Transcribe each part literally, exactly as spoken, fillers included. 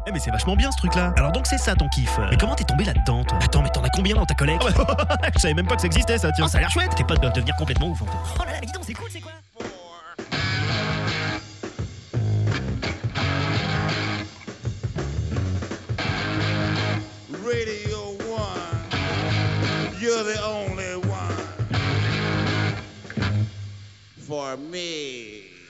Eh mais c'est vachement bien ce truc-là. Alors donc c'est ça ton kiff. Mais comment t'es tombé là-dedans toi ? Attends, mais t'en as combien dans ta collecte ? Je savais même pas que ça existait ça, tiens. Oh, ça a l'air chouette. Tes potes doivent devenir complètement ouf en fait. Oh là là, mais dis donc, c'est cool, c'est quoi ? Radio One, you're the only one for me.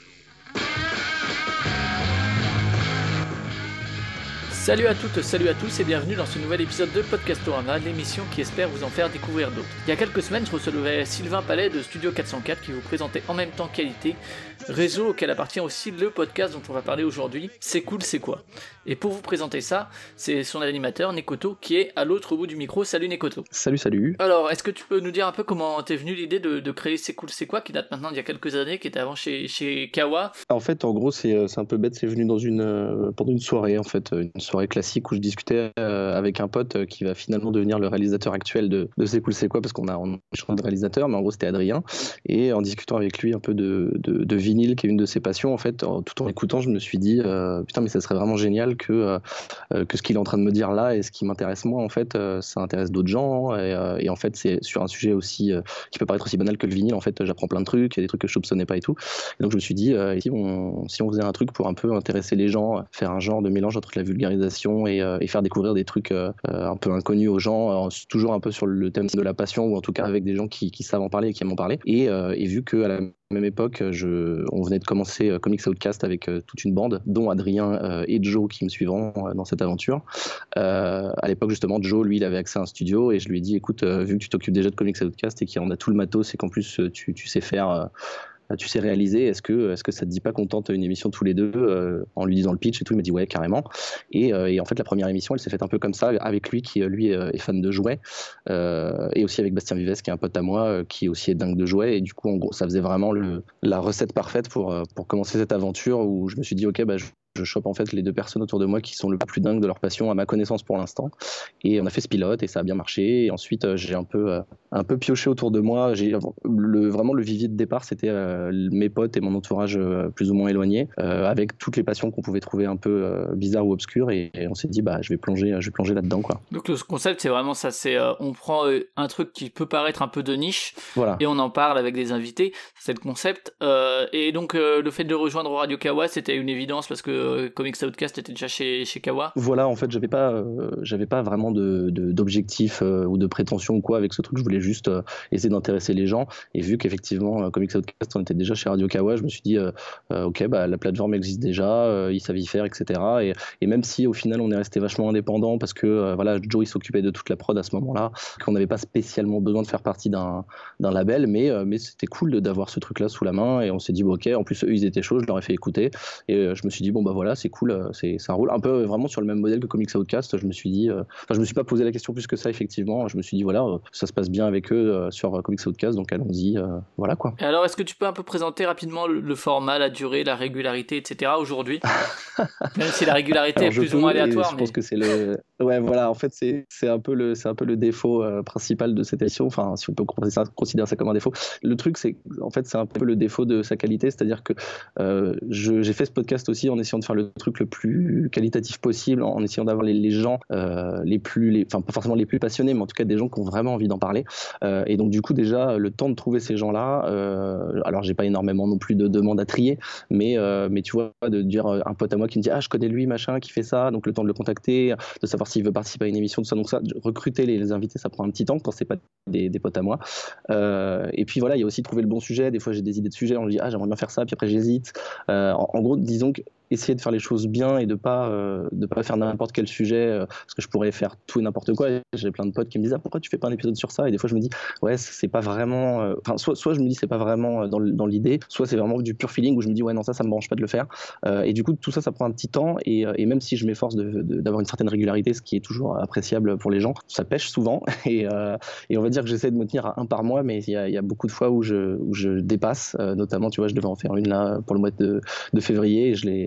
Salut à toutes, salut à tous et bienvenue dans ce nouvel épisode de Podcastorama, l'émission qui espère vous en faire découvrir d'autres. Il y a quelques semaines, je recevais Sylvain Palais de Studio quatre cent quatre qui vous présentait en même temps Qualité, réseau auquel appartient aussi le podcast dont on va parler aujourd'hui, C'est cool, c'est quoi ? Et pour vous présenter ça, c'est son animateur Nekoto qui est à l'autre bout du micro. Salut Nekoto. Salut, salut. Alors, est-ce que tu peux nous dire un peu comment t'es venu l'idée de, de créer C'est cool, c'est quoi, qui date maintenant d'il y a quelques années, qui était avant chez, chez Kawa ? En fait, en gros, c'est, c'est un peu bête, c'est venu dans une, euh, pendant une soirée, en fait, une soirée classique où je discutais euh, avec un pote euh, qui va finalement devenir le réalisateur actuel de, de C'est cool, c'est quoi, parce qu'on a, on a changé de réalisateur, mais en gros, c'était Adrien. Et en discutant avec lui un peu de, de, de vinyle, qui est une de ses passions, en fait, en, tout en écoutant, je me suis dit, euh, putain, mais ça serait vraiment génial que, euh, que ce qu'il est en train de me dire là et ce qui m'intéresse moi, en fait, euh, ça intéresse d'autres gens. Et, euh, et en fait, c'est sur un sujet aussi euh, qui peut paraître aussi banal que le vinyle. En fait, j'apprends plein de trucs, il y a des trucs que je soupçonnais pas et tout. Et donc, je me suis dit, euh, si, on, si on faisait un truc pour un peu intéresser les gens, faire un genre de mélange entre la vulgarisation et, euh, et faire découvrir des trucs euh, un peu inconnus aux gens, euh, toujours un peu sur le thème de la passion, ou en tout cas avec des gens qui, qui savent en parler et qui aiment en parler. Et, euh, et vu qu'à la même époque, je, on venait de commencer euh, Comics Outcast avec euh, toute une bande, dont Adrien euh, et Joe qui me suivront euh, dans cette aventure. Euh, à l'époque, justement, Joe, lui, il avait accès à un studio et je lui ai dit, écoute, euh, vu que tu t'occupes déjà de Comics Outcast et qu'on a tout le matos et qu'en plus euh, tu, tu sais faire... Euh, tu sais réaliser, est-ce que, est-ce que ça te dit pas qu'on tente une émission tous les deux euh, en lui disant le pitch et tout? Il m'a dit ouais, carrément. Et, euh, et en fait, la première émission, elle s'est faite un peu comme ça, avec lui qui, lui, est fan de jouets, euh, et aussi avec Bastien Vives, qui est un pote à moi, qui aussi est dingue de jouets. Et du coup, en gros, ça faisait vraiment le, la recette parfaite pour, pour commencer cette aventure où je me suis dit, ok, bah, je je chope en fait les deux personnes autour de moi qui sont le plus dingues de leur passion à ma connaissance pour l'instant, et on a fait ce pilote et ça a bien marché. Et ensuite euh, j'ai un peu euh, un peu pioché autour de moi. J'ai le vraiment le vivier de départ, c'était euh, mes potes et mon entourage euh, plus ou moins éloigné, euh, avec toutes les passions qu'on pouvait trouver un peu euh, bizarres ou obscures, et, et on s'est dit bah je vais plonger je vais plonger là-dedans quoi. Donc le concept c'est vraiment ça, c'est euh, on prend euh, un truc qui peut paraître un peu de niche, voilà, et on en parle avec des invités, c'est le concept. Euh, et donc euh, le fait de rejoindre Radio Kawa, c'était une évidence parce que Comics Outcast était déjà chez, chez Kawa. Voilà, en fait, j'avais pas, euh, j'avais pas vraiment de, de, d'objectif euh, ou de prétention ou quoi avec ce truc. Je voulais juste euh, essayer d'intéresser les gens. Et vu qu'effectivement, euh, Comics Outcast, on était déjà chez Radio Kawa, je me suis dit, euh, euh, ok, bah, la plateforme existe déjà, euh, ils savent y faire, et cetera. Et, et même si au final, on est resté vachement indépendant parce que euh, voilà, Joe, il s'occupait de toute la prod à ce moment-là, qu'on n'avait pas spécialement besoin de faire partie d'un, d'un label, mais, euh, mais c'était cool de, d'avoir ce truc-là sous la main. Et on s'est dit, bon, ok, en plus, eux, ils étaient chauds, je leur ai fait écouter. Et euh, je me suis dit, bon, bah voilà, c'est cool, c'est, c'est un rôle un peu vraiment sur le même modèle que Comics Outcast. Je me suis dit, euh, enfin, je me suis pas posé la question plus que ça, effectivement. Je me suis dit, voilà, euh, ça se passe bien avec eux euh, sur euh, Comics Outcast, donc allons-y, euh, voilà quoi. Et alors, est-ce que tu peux un peu présenter rapidement le, le format, la durée, la régularité, et cetera aujourd'hui? Même si la régularité alors, est plus peux, ou moins aléatoire. Je mais... pense que c'est le. Ouais, voilà, en fait, c'est, c'est, un, peu le, c'est un peu le défaut euh, principal de cette émission, enfin, si on peut considérer ça comme un défaut. Le truc, c'est en fait, c'est un peu le défaut de sa qualité, c'est-à-dire que euh, je, j'ai fait ce podcast aussi en essayant de faire le truc le plus qualitatif possible, en essayant d'avoir les, les gens euh, les plus, les, enfin, pas forcément les plus passionnés, mais en tout cas des gens qui ont vraiment envie d'en parler. Euh, et donc, du coup, déjà, le temps de trouver ces gens-là, euh, alors, j'ai pas énormément non plus de demandes à trier, mais, euh, mais tu vois, de dire un pote à moi qui me dit, ah, je connais lui, machin, qui fait ça, donc le temps de le contacter, de savoir s'il veut participer à une émission, tout ça. Donc ça, recruter les, les invités, ça prend un petit temps quand c'est pas des, des potes à moi. Euh, et puis voilà, il y a aussi trouver le bon sujet. Des fois, j'ai des idées de sujets, on me dit ah j'aimerais bien faire ça, puis après j'hésite. Euh, en, en gros, disons que essayer de faire les choses bien et de pas euh, de pas faire n'importe quel sujet euh, parce que je pourrais faire tout et n'importe quoi. J'ai plein de potes qui me disent ah, pourquoi tu fais pas un épisode sur ça, et des fois je me dis ouais c'est pas vraiment enfin euh, soit soit je me dis c'est pas vraiment dans, dans l'idée, soit c'est vraiment du pur feeling où je me dis ouais non ça ça me branche pas de le faire, euh, et du coup tout ça ça prend un petit temps, et, et même si je m'efforce de, de, d'avoir une certaine régularité, ce qui est toujours appréciable pour les gens, ça pêche souvent, et, euh, et on va dire que j'essaie de me tenir à un par mois, mais il y a, il y a beaucoup de fois où je, où je dépasse, euh, notamment tu vois je devais en faire une là pour le mois de, de février, et je l'ai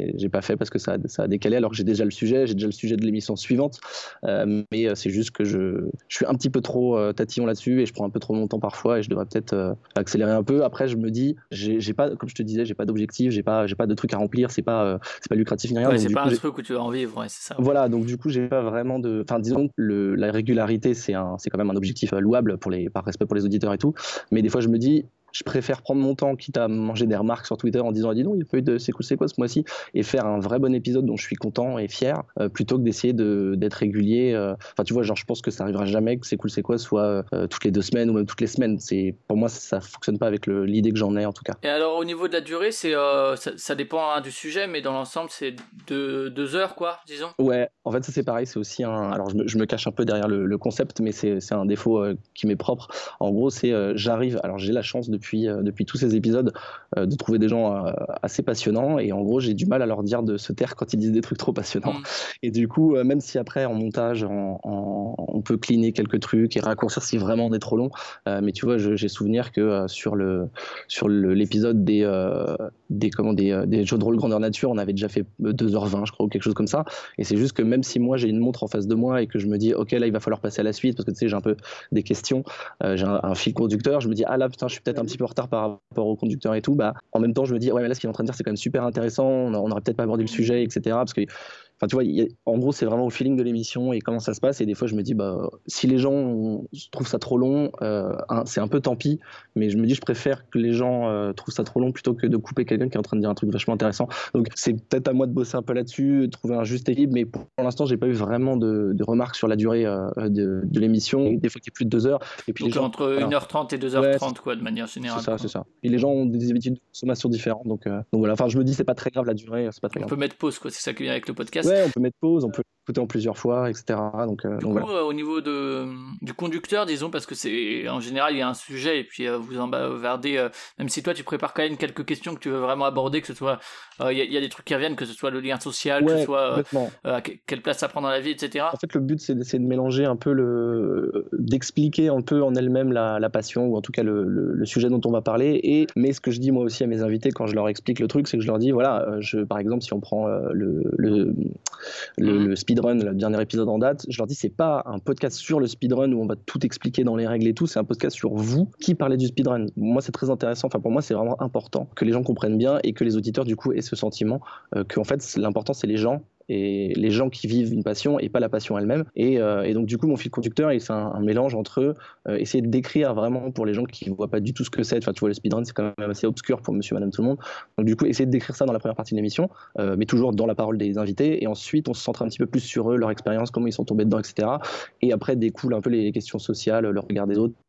j'ai, j'ai pas fait parce que ça, ça a décalé alors que j'ai déjà le sujet, j'ai déjà le sujet de l'émission suivante. Euh, mais euh, c'est juste que je, je suis un petit peu trop euh, tatillon là-dessus et je prends un peu trop mon temps parfois et je devrais peut-être euh, accélérer un peu. Après, je me dis, j'ai, j'ai pas, comme je te disais, j'ai pas d'objectif, j'ai pas, j'ai pas de truc à remplir, c'est pas, euh, c'est pas lucratif ni rien. Ouais, donc, c'est du pas coup, un j'ai- truc où tu vas en vivre, ouais, c'est ça. Voilà, donc du coup, j'ai pas vraiment de. Enfin, disons que le, la régularité, c'est un, c'est quand même un objectif euh, louable pour les, par respect pour les auditeurs et tout. Mais des fois, je me dis, je préfère prendre mon temps, quitte à manger des remarques sur Twitter en disant, ah, dis donc, il n'y a pas eu de c'est cool, c'est quoi ce mois-ci, et faire un vrai bon épisode dont je suis content et fier, euh, plutôt que d'essayer de, d'être régulier. euh. Enfin, tu vois, genre, je pense que ça arrivera jamais que c'est cool, c'est quoi soit euh, toutes les deux semaines ou même toutes les semaines. C'est, pour moi, ça fonctionne pas avec le, l'idée que j'en ai en tout cas. Et alors au niveau de la durée, c'est euh, ça, ça dépend hein, du sujet, mais dans l'ensemble c'est de, deux heures quoi, disons. Ouais, en fait, ça c'est pareil, c'est aussi un. Alors, je me, je me cache un peu derrière le, le concept, mais c'est, c'est un défaut euh, qui m'est propre. En gros, c'est euh, j'arrive. Alors, j'ai la chance depuis, euh, depuis tous ces épisodes euh, de trouver des gens euh, assez passionnants, et en gros, j'ai du mal à leur dire de se taire quand ils disent des trucs trop passionnants. Mm. Et du coup, euh, même si après, en montage, en, en- on peut cleaner quelques trucs et raccourcir si vraiment on est trop long, euh, mais tu vois, je- j'ai souvenir que euh, sur, le, sur le- l'épisode des, euh, des, comment, des, euh, des jeux de rôle grandeur nature, on avait déjà fait deux heures vingt, je crois, ou quelque chose comme ça. Et c'est juste que même si moi j'ai une montre en face de moi et que je me dis ok là il va falloir passer à la suite parce que tu sais j'ai un peu des questions, euh, j'ai un, un fil conducteur, je me dis ah là putain je suis peut-être un petit peu en retard par rapport au conducteur et tout, bah en même temps je me dis ouais mais là ce qu'il est en train de dire c'est quand même super intéressant, on, a- on aurait peut-être pas abordé le sujet etc parce que enfin tu vois il y a- en gros c'est vraiment au feeling de l'émission et comment ça se passe et des fois je me dis bah si les gens ont- trouvent ça trop long, euh, hein, c'est un peu tant pis, mais je me dis je préfère que les gens euh, trouvent ça trop long plutôt que de couper quelqu'un qui est en train de dire un truc vachement intéressant. Donc c'est peut-être à moi de bosser un peu là-dessus, de trouver un juste équilibre, mais pour, pour l'instant j'ai pas eu vraiment de, de remarques sur la durée euh, de, de l'émission. Des fois qu'il y a plus de deux heures. Et puis Donc les gens, entre voilà. une heure trente et deux heures trente quoi, de manière générale. C'est ça, quoi. c'est ça. Et les gens ont des habitudes de consommation différentes, donc, euh, donc voilà. Enfin, je me dis c'est pas très grave la durée, c'est pas très On grave. peut mettre pause quoi, c'est ça qui vient avec le podcast. Ouais, on peut mettre pause, on peut écouter en plusieurs fois, et cetera. Donc, euh, Du donc coup, voilà. euh, au niveau de, du conducteur, disons, parce que c'est en général il y a un sujet et puis euh, vous en bavardez, euh, même si toi tu prépares quand même quelques questions que tu veux vraiment aborder, que ce soit, euh, il y, a- il y a des trucs qui reviennent, que ce soit le lien social, que Ouais, ce soit euh, complètement. euh, que- quelle place ça prend dans la vie, et cetera. En fait, le but, c'est d'essayer de mélanger un peu le, d'expliquer un peu en elle-même la, la passion ou en tout cas le, le, le sujet dont on va parler. Et mais ce que je dis moi aussi à mes invités quand je leur explique le truc, c'est que je leur dis voilà, euh, je, par exemple, si on prend euh, le, le, le, Mhm. le speedrun, le dernier épisode en date, je leur dis c'est pas un podcast sur le speedrun où on va tout expliquer dans les règles et tout, c'est un podcast sur vous qui parlez du speedrun. Moi, c'est très intéressant. Enfin, pour moi, c'est vraiment important que les gens comprennent bien et que les auditeurs du coup aient ce sentiment euh, que en fait, l'important c'est les gens et les gens qui vivent une passion et pas la passion elle-même. Et, euh, et donc du coup, mon fil conducteur, c'est un, un mélange entre euh, essayer de décrire vraiment pour les gens qui voient pas du tout ce que c'est. Enfin, tu vois, le speedrun, c'est quand même assez obscur pour monsieur, madame, tout le monde. Donc du coup, essayer de décrire ça dans la première partie de l'émission, euh, mais toujours dans la parole des invités. Et ensuite, on se centre un petit peu plus sur eux, leur expérience, comment ils sont tombés dedans, et cetera. Et après, découlent un peu les questions sociales, le regard des autres,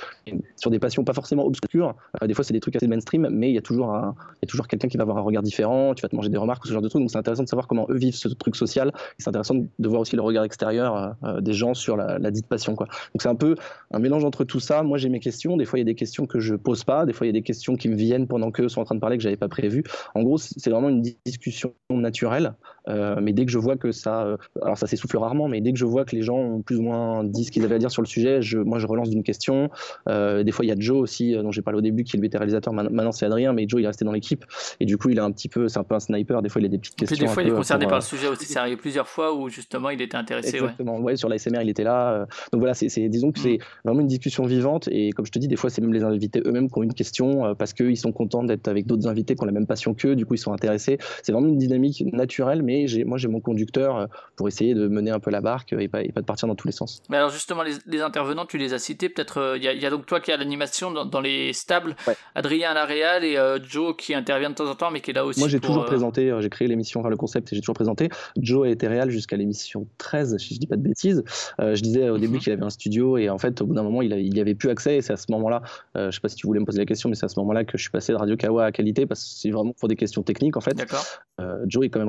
sur des passions pas forcément obscures. Euh, des fois, c'est des trucs assez mainstream, mais il y a toujours, un, il y a toujours quelqu'un qui va avoir un regard différent, tu vas te manger des remarques ou ce genre de trucs. Donc, c'est intéressant de savoir comment eux vivent ce truc social. Et c'est intéressant de voir aussi le regard extérieur euh, des gens sur la, la dite passion, quoi. Donc, c'est un peu un mélange entre tout ça. Moi, j'ai mes questions. Des fois, il y a des questions que je pose pas. Des fois, il y a des questions qui me viennent pendant qu'eux sont en train de parler que j'avais pas prévu. En gros, c'est vraiment une discussion naturelle. Euh, mais dès que je vois que ça, euh, alors ça s'essouffle rarement, mais dès que je vois que les gens ont plus ou moins dit ce qu'ils avaient à dire sur le sujet, je, moi, je relance d'une question. Euh, des fois, il y a Joe aussi, euh, dont j'ai parlé au début, qui lui était réalisateur. Maintenant, c'est Adrien, mais Joe, il est resté dans l'équipe. Et du coup, il a un petit peu, c'est un peu un sniper. Des fois, il a des petites Puis questions. des fois, un il est peu concerné pour, par euh, le sujet aussi. C'est arrivé plusieurs fois où justement il était intéressé. Exactement. Ouais. Ouais, sur l'A S M R, il était là. euh, Donc voilà, c'est, c'est, disons que Mm. c'est vraiment une discussion vivante. Et comme je te dis, des fois, c'est même les invités eux-mêmes qui ont une question euh, parce qu'ils sont contents d'être avec d'autres invités qui ont la même passion qu'eux. Du coup, ils sont intéressés. C'est vraiment une dynamique naturelle. Mais j'ai, moi, j'ai mon conducteur euh, pour essayer de mener un peu la barque et pas, et pas de partir dans tous les sens. Mais alors justement, les, les intervenants, tu les as cités. Peut-être il euh, y, y a donc toi qui as l'animation dans, dans les stables, Ouais. Adrien à la réal et euh, Joe qui intervient de temps en temps, mais qui est là aussi. Moi, j'ai pour, toujours euh... présenté, euh, j'ai créé l'émission, enfin le concept, et j'ai toujours présenté. Joe a été réel jusqu'à l'émission treize, si je dis pas de bêtises. Euh, je disais au Mm-hmm. début qu'il avait un studio, et en fait, au bout d'un moment, il, a, il y avait plus accès, et c'est à ce moment-là, euh, je sais pas si tu voulais me poser la question, mais c'est à ce moment-là que je suis passé de Radio Kawa à Qualité, parce que c'est vraiment pour des questions techniques, en fait. D'accord. Euh, Joe est quand même resté dans l'aventure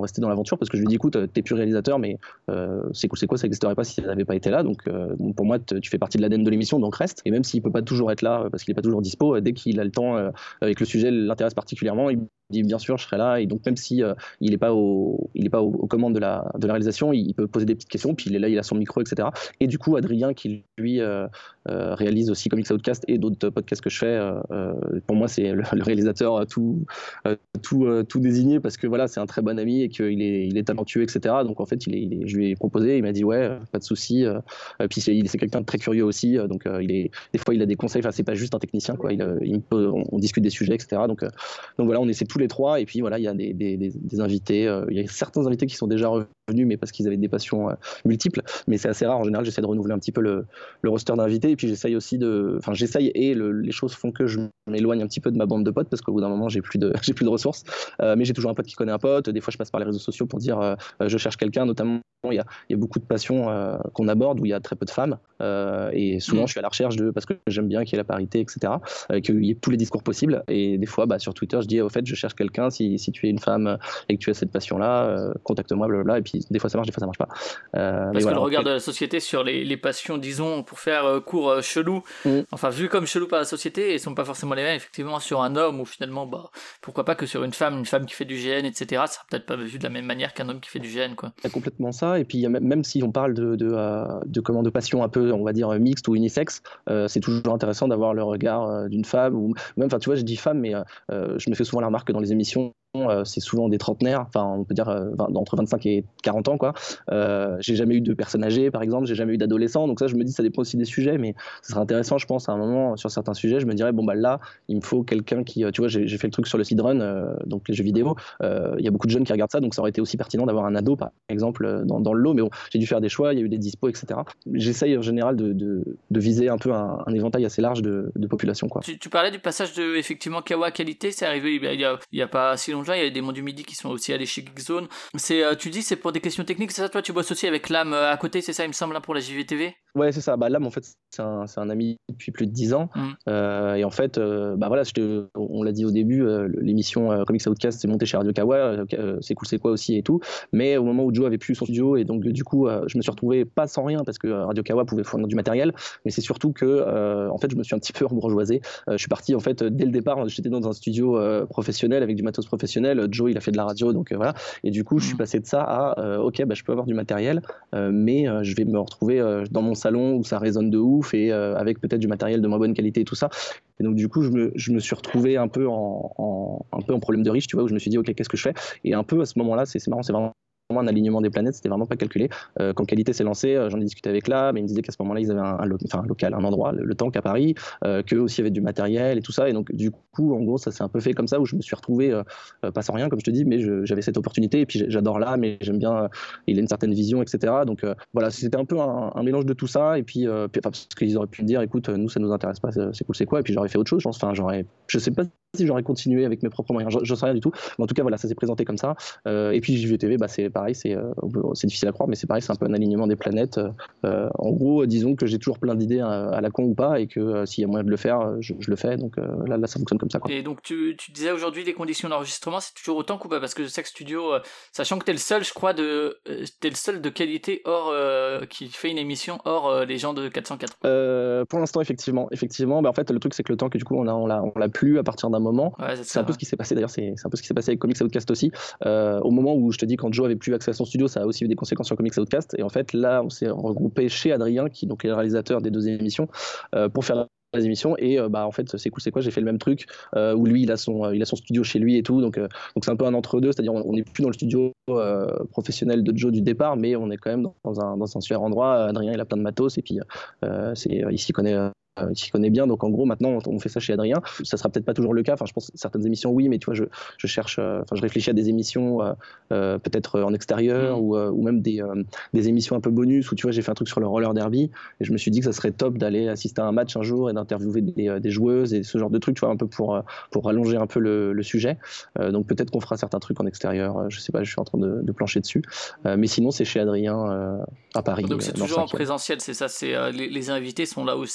ouverture parce que je lui dis écoute, t'es plus réalisateur, mais euh, c'est cool, c'est quoi, ça n'existerait pas si ça n'avait pas été là. Donc euh, pour moi, tu fais partie de l'A D N de l'émission, donc reste. Et même s'il peut pas toujours être là parce qu'il est pas toujours dispo, dès qu'il a le temps euh, et que le sujet l'intéresse particulièrement, il dit bien sûr je serai là. Et donc même si euh, il est pas au il est pas aux, aux commandes de la de la réalisation, il, il peut poser des petites questions, puis il est là, il a son micro, et cetera. Et du coup Adrien qui lui euh, euh, réalise aussi Comics Outcast et d'autres podcasts que je fais, euh, pour moi c'est le, le réalisateur tout euh, tout euh, tout désigné parce que voilà, c'est un très bon ami et qu'il est il est talentueux, et cetera. Donc en fait il est, il est, je lui ai proposé, il m'a dit ouais, pas de souci. Euh, puis c'est, c'est quelqu'un de très curieux aussi, euh, donc euh, il est des fois il a des conseils. Enfin c'est pas juste un technicien quoi, il, il me peut, on, on discute des sujets, et cetera. Donc euh, donc voilà, on essaie tous les trois. Et puis voilà, il y a des, des, des, des invités, euh, il y a certains invités qui sont déjà revenus, mais parce qu'ils avaient des passions euh, multiples. Mais c'est assez rare. En général, j'essaie de renouveler un petit peu le, le roster d'invités. Et puis j'essaye aussi de, enfin j'essaye et le, les choses font que je m'éloigne un petit peu de ma bande de potes parce qu'au bout d'un moment, j'ai plus de, j'ai plus de ressources. Euh, mais j'ai toujours un pote qui connaît un pote. Des fois, je passe par les réseaux sociaux pour dire, euh, je cherche quelqu'un. Notamment, il y a, il y a beaucoup de passions euh, qu'on aborde où il y a très peu de femmes. Euh, et souvent, mmh. je suis à la recherche de, parce que j'aime bien qu'il y ait la parité, et cetera. Euh, qu'il y ait tous les discours possibles. Et des fois, bah, sur Twitter, je dis, au fait, je cherche quelqu'un. Si, si tu es une femme et que tu as cette passion-là, euh, contacte-moi, blablabla. Et puis des fois ça marche, des fois ça marche pas. Euh, Parce que voilà, le regard de la société sur les, les passions, disons, pour faire euh, court euh, chelou, mmh. enfin vu comme chelou par la société, ils sont pas forcément les mêmes effectivement sur un homme ou finalement, bah pourquoi pas que sur une femme, une femme qui fait du G N, et cetera. Ça sera peut-être pas vu de la même manière qu'un homme qui fait du G N, quoi. Il y a complètement ça. Et puis il y a même, même si on parle de de, euh, de comment de passion un peu, on va dire mixte ou unisexe, euh, c'est toujours intéressant d'avoir le regard euh, d'une femme ou même, enfin tu vois, je dis femme, mais euh, je me fais souvent la remarque que dans les émissions, Euh, c'est souvent des trentenaires, enfin on peut dire euh, vingt, entre vingt-cinq et quarante ans quoi. Euh, j'ai jamais eu de personnes âgées par exemple, j'ai jamais eu d'adolescents, donc ça je me dis ça dépend aussi des sujets, mais ce serait intéressant je pense à un moment sur certains sujets, je me dirais bon bah là il me faut quelqu'un qui, tu vois j'ai, j'ai fait le truc sur le speedrun, euh, donc les jeux vidéo, il euh, y a beaucoup de jeunes qui regardent ça, donc ça aurait été aussi pertinent d'avoir un ado par exemple dans, dans le lot, mais bon j'ai dû faire des choix, il y a eu des dispos, et cetera. J'essaye en général de, de, de viser un peu un, un éventail assez large de, de population quoi. Tu, tu parlais du passage de effectivement Kawa qualité, c'est arrivé il y a, il y a pas si longtemps, il y a des mondes du midi qui sont aussi allés chez Geekzone. C'est, euh, tu dis c'est pour des questions techniques, c'est ça? Toi tu bosses aussi avec Lame euh, à côté, c'est ça il me semble, là, pour la J V T V? Ouais, c'est ça. Bah, Lame, en fait, c'est un, c'est un ami depuis plus de dix ans. Mm. Euh, et en fait, euh, bah, voilà, je te, on l'a dit au début, euh, l'émission euh, Comics Outcast s'est montée chez Radio Kawa. Euh, c'est cool, c'est quoi aussi et tout. Mais au moment où Joe avait plus son studio, et donc du coup, euh, je me suis retrouvé pas sans rien parce que Radio Kawa pouvait fournir du matériel. Mais c'est surtout que, euh, en fait, je me suis un petit peu rembourgeoisé. Euh, je suis parti, en fait, dès le départ, j'étais dans un studio euh, professionnel avec du matos professionnel. Joe, il a fait de la radio, donc euh, voilà. Et du coup, je suis passé de ça à, euh, ok, bah, je peux avoir du matériel, euh, mais euh, je vais me retrouver euh, dans mon salon où ça résonne de ouf et euh, avec peut-être du matériel de moins bonne qualité et tout ça. Et donc du coup, je me, je me suis retrouvé un peu en, en, un peu en problème de riche, tu vois, où je me suis dit, ok, qu'est-ce que je fais? Et un peu à ce moment-là, c'est, c'est marrant, c'est vraiment un alignement des planètes, c'était vraiment pas calculé. Euh, quand Qualité s'est lancé, euh, j'en ai discuté avec là, mais il me disait qu'à ce moment-là, ils avaient un, un, lo- enfin, un local, un endroit, le, le Tank à Paris, euh, qu'eux aussi avaient du matériel et tout ça. Et donc, du coup, en gros, ça s'est un peu fait comme ça, où je me suis retrouvé, euh, euh, pas sans rien, comme je te dis, mais je, j'avais cette opportunité. Et puis, j'adore là, mais j'aime bien, euh, il a une certaine vision, et cetera. Donc, euh, voilà, c'était un peu un, un mélange de tout ça. Et puis, euh, puis enfin, parce qu'ils auraient pu me dire, écoute, nous, ça nous intéresse pas, c'est cool, c'est quoi. Et puis, j'aurais fait autre chose, je pense. Enfin, j'aurais, je sais pas si j'aurais continué avec mes propres moyens, je, je sais rien du tout. Mais en tout cas, voilà, ça s'est présenté comme ça. Euh, et puis, J V T V, bah, c'est pareil, c'est, euh, c'est difficile à croire, mais c'est pareil, c'est un peu un alignement des planètes. Euh, en gros, disons que j'ai toujours plein d'idées à, à la con ou pas, et que euh, s'il y a moyen de le faire, je, je le fais. Donc euh, là, là, ça fonctionne comme ça, quoi. Et donc, tu, tu disais aujourd'hui, les conditions d'enregistrement, c'est toujours autant ou pas? Parce que je sais que Studio, euh, sachant que t'es le seul, je crois, de, euh, t'es le seul de qualité hors, euh, qui fait une émission hors euh, les gens de quatre cent quatre. Euh, pour l'instant, effectivement, effectivement. Bah, en fait, le truc, c'est que le temps que du coup, on a, on l'a, on l'a plus à partir d'un moment. Ouais, c'est, c'est ça, un peu ouais. ce qui s'est passé. D'ailleurs, c'est, c'est un peu ce qui s'est passé avec Comics Outcast aussi. Euh, au moment où je te dis, quand Joe avait plus accès à son studio, ça a aussi eu des conséquences sur Comics Outcast. Et en fait, là, on s'est regroupé chez Adrien, qui donc est le réalisateur des deux émissions, euh, pour faire les émissions. Et euh, bah en fait, c'est cool, c'est quoi, j'ai fait le même truc euh, où lui, il a son, euh, il a son studio chez lui et tout. Donc, euh, donc c'est un peu un entre-deux, c'est-à-dire on n'est plus dans le studio euh, professionnel de Joe du départ, mais on est quand même dans un, dans un super endroit. Adrien, il a plein de matos et puis euh, c'est, il s'y connaît. Euh, Euh, qui connaît bien, donc en gros maintenant on fait ça chez Adrien. Ça sera peut-être pas toujours le cas, enfin je pense certaines émissions oui, mais tu vois je, je cherche, enfin euh, je réfléchis à des émissions euh, euh, peut-être en extérieur mmh. ou, euh, ou même des, euh, des émissions un peu bonus où tu vois j'ai fait un truc sur le roller derby et je me suis dit que ça serait top d'aller assister à un match un jour et d'interviewer des, euh, des joueuses et ce genre de trucs, tu vois, un peu pour, euh, pour rallonger un peu le, le sujet. Euh, donc peut-être qu'on fera certains trucs en extérieur, euh, je sais pas, je suis en train de, de plancher dessus. Euh, mais sinon c'est chez Adrien euh, à Paris. Donc c'est euh, toujours en présentiel, c'est ça, c'est, euh, les, les invités sont là aussi et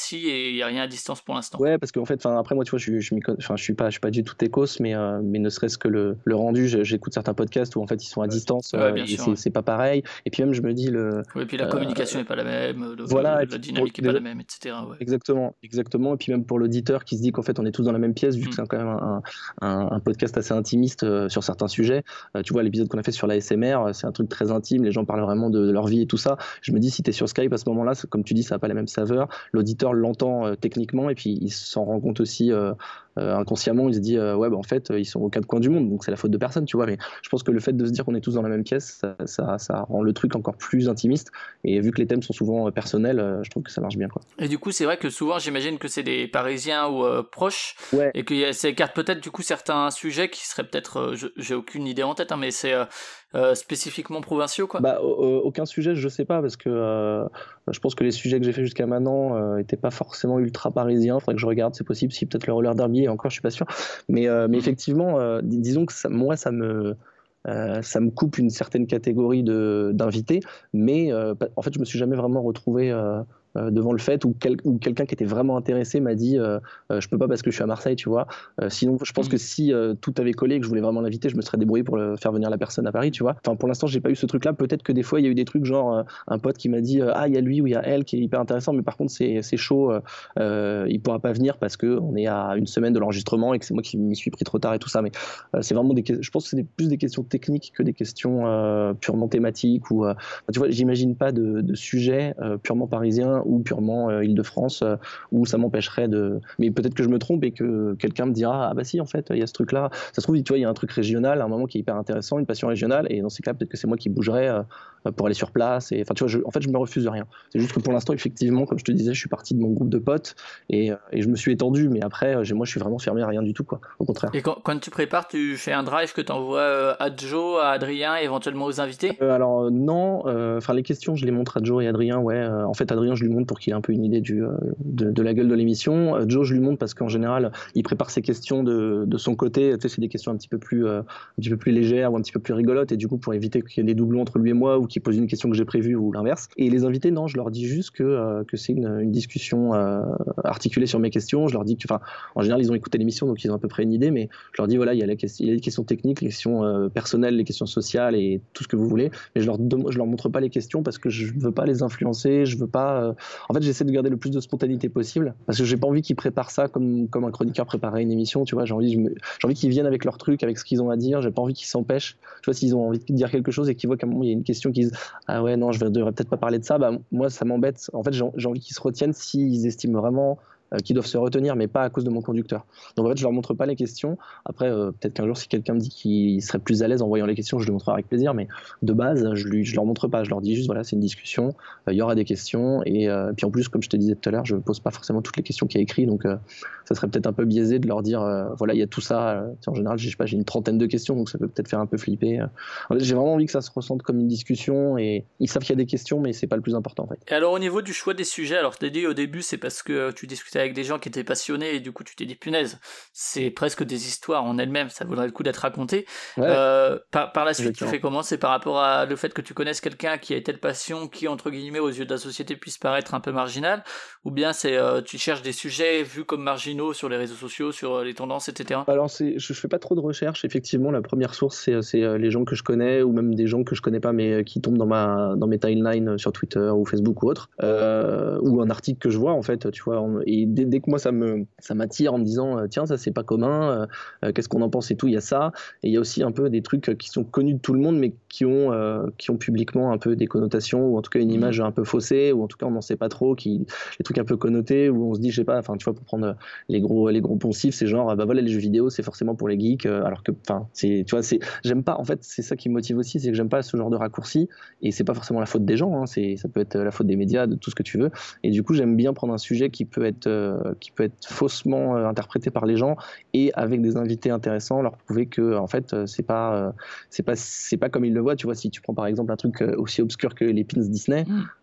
il n'y a rien à distance pour l'instant. Ouais, parce qu'en fait, après moi, tu vois, je, je, je, je suis pas, je suis pas du tout techos, mais, euh, mais ne serait-ce que le, le rendu, j'écoute certains podcasts où en fait ils sont à distance, ouais, euh, bien et sûr, c'est, ouais. c'est pas pareil. Et puis même, je me dis le. Oui, et puis la communication n'est euh, pas la même, le, voilà, le, la dynamique n'est pas la même, et cetera. Ouais. Exactement, exactement. Et puis même pour l'auditeur qui se dit qu'en fait on est tous dans la même pièce, vu mm. que c'est quand même un, un, un podcast assez intimiste euh, sur certains sujets. Euh, tu vois, l'épisode qu'on a fait sur l'A S M R, c'est un truc très intime, les gens parlent vraiment de, de leur vie et tout ça. Je me dis, si tu es sur Skype à ce moment-là, comme tu dis, ça n'a pas la même saveur. L'auditeur l'entend euh, techniquement et puis il s'en rend compte aussi euh, euh, inconsciemment. Il se dit, euh, ouais, bah, en fait, ils sont aux quatre coins du monde, donc c'est la faute de personne, tu vois. Mais je pense que le fait de se dire qu'on est tous dans la même pièce, ça, ça, ça rend le truc encore plus intimiste. Et vu que les thèmes sont souvent euh, personnels, euh, je trouve que ça marche bien, quoi. Et du coup, c'est vrai que souvent, j'imagine que c'est des Parisiens ou euh, proches, ouais. et que ça écarte peut-être du coup certains sujets qui seraient peut-être, euh, je, j'ai aucune idée en tête, hein, mais c'est euh, euh, spécifiquement provinciaux, quoi. Bah, euh, aucun sujet, je sais pas, parce que euh, je pense que les sujets que j'ai fait jusqu'à maintenant euh, étaient pas forcément ultra parisiens. Faudrait que je regarde, c'est possible, si peut-être le roller derby, et encore, je suis pas sûr. Mais, euh, mais effectivement, euh, dis- disons que ça, moi, ça me Euh, ça me coupe une certaine catégorie de, d'invités, mais euh, en fait, je me suis jamais vraiment retrouvé euh, euh, devant le fait où, quel, où quelqu'un qui était vraiment intéressé m'a dit euh, euh, je peux pas parce que je suis à Marseille, tu vois. Euh, sinon, je pense mmh. que si euh, tout avait collé et que je voulais vraiment l'inviter, je me serais débrouillé pour le, faire venir la personne à Paris, tu vois. Enfin, pour l'instant, j'ai pas eu ce truc-là. Peut-être que des fois, il y a eu des trucs genre euh, un pote qui m'a dit euh, ah, il y a lui ou il y a elle qui est hyper intéressant, mais par contre, c'est, c'est chaud, euh, euh, il pourra pas venir parce que on est à une semaine de l'enregistrement et que c'est moi qui m'y suis pris trop tard et tout ça. Mais euh, c'est vraiment des, je pense que c'est des, plus des questions techniques que des questions Euh, purement thématiques ou euh, tu vois, j'imagine pas de, de sujet euh, purement parisien ou purement euh, Île-de-France euh, où ça m'empêcherait de, mais peut-être que je me trompe et que quelqu'un me dira ah bah si en fait il y a ce truc là, ça se trouve tu vois il y a un truc régional à un moment qui est hyper intéressant, une passion régionale, et dans ces cas peut-être que c'est moi qui bougerais euh, pour aller sur place, et enfin tu vois je, en fait je me refuse rien, c'est juste que pour l'instant effectivement comme je te disais je suis parti de mon groupe de potes et, et je me suis étendu, mais après moi je suis vraiment fermé à rien du tout, quoi, au contraire. Et quand, quand tu prépares, tu fais un drive que tu envoies à Joe, à Adrien, éventuellement aux invités euh, Alors euh, non, enfin euh, les questions je les montre à Joe et Adrien, ouais. Euh, en fait Adrien je lui montre pour qu'il ait un peu une idée du, euh, de, de la gueule de l'émission. Euh, Joe je lui montre parce qu'en général il prépare ses questions de, de son côté. Tu sais, c'est des questions un petit peu plus euh, un petit peu plus légères ou un petit peu plus rigolotes, et du coup pour éviter qu'il y ait des doublons entre lui et moi ou qu'il pose une question que j'ai prévue ou l'inverse. Et les invités, non, je leur dis juste que euh, que c'est une, une discussion euh, articulée sur mes questions. Je leur dis que, enfin, en général ils ont écouté l'émission donc ils ont à peu près une idée, mais je leur dis voilà il y a, la, il y a les questions techniques, les questions euh, personnelles, les questions sociales et tout ce que vous voulez, mais je leur je leur montre pas les questions parce que je veux pas les influencer, je veux pas euh... en fait j'essaie de garder le plus de spontanéité possible parce que j'ai pas envie qu'ils préparent ça comme comme un chroniqueur préparait une émission, tu vois. J'ai envie me... j'ai envie qu'ils viennent avec leur truc, avec ce qu'ils ont à dire. J'ai pas envie qu'ils s'empêchent, tu vois, s'ils ont envie de dire quelque chose et qu'ils voient qu'à un moment il y a une question qu'ils disent ah ouais non je devrais peut-être pas parler de ça, bah moi ça m'embête. En fait j'ai, j'ai envie qu'ils se retiennent s'ils estiment vraiment Euh, qui doivent se retenir, mais pas à cause de mon conducteur. Donc en fait, je leur montre pas les questions. Après, euh, peut-être qu'un jour, si quelqu'un me dit qu'il serait plus à l'aise en voyant les questions, je lui montrerai avec plaisir, mais de base, je, lui, je leur montre pas. Je leur dis juste, voilà, c'est une discussion, il euh, y aura des questions, et euh, puis en plus, comme je te disais tout à l'heure, je pose pas forcément toutes les questions qu'il y a écrites, donc euh, ça serait peut-être un peu biaisé de leur dire, euh, voilà, il y a tout ça. Euh, en général, je sais pas, j'ai une trentaine de questions, donc ça peut peut-être faire un peu flipper. Euh, j'ai vraiment envie que ça se ressente comme une discussion, et ils savent qu'il y a des questions, mais c'est pas le plus important, en fait. Et alors, au niveau du choix des sujets, alors je t'ai dit au début, c'est parce que tu discutais avec des gens qui étaient pas et du coup tu t'es dit punaise, c'est presque des histoires en elles-mêmes, ça vaudrait le coup d'être raconté. Ouais. Euh, par, par la suite Exactement. Tu fais comment? C'est par rapport à le fait que tu connaisses quelqu'un qui a telle passion qui entre guillemets aux yeux de la société puisse paraître un peu marginal, ou bien c'est euh, tu cherches des sujets vus comme marginaux sur les réseaux sociaux, sur les tendances, et cetera. Alors c'est, je fais pas trop de recherche, effectivement. La première source c'est, c'est les gens que je connais ou même des gens que je connais pas mais qui tombent dans ma dans mes timelines sur Twitter ou Facebook ou autre, euh, ou un article que je vois en fait, tu vois. Et dès, dès que moi ça me ça m'attire en me disant euh, tiens ça c'est pas commun, euh, qu'est-ce qu'on en pense et tout, il y a ça, et il y a aussi un peu des trucs qui sont connus de tout le monde mais qui ont euh, qui ont publiquement un peu des connotations ou en tout cas une image un peu faussée, ou en tout cas on n'en sait pas trop, qui les trucs un peu connotés où on se dit je sais pas, enfin tu vois, pour prendre les gros les gros poncifs, c'est genre bah voilà les jeux vidéo c'est forcément pour les geeks, euh, alors que enfin c'est tu vois c'est j'aime pas, en fait c'est ça qui me motive aussi, c'est que j'aime pas ce genre de raccourci, et c'est pas forcément la faute des gens, hein, c'est ça peut être la faute des médias, de tout ce que tu veux, et du coup j'aime bien prendre un sujet qui peut être euh, qui peut être faussement euh, interprété par les gens, et avec des invités intéressants leur prouver que en fait c'est pas euh, c'est pas c'est pas comme ils le voient, tu vois. Si tu prends par exemple un truc aussi obscur que les pins Disney, mmh.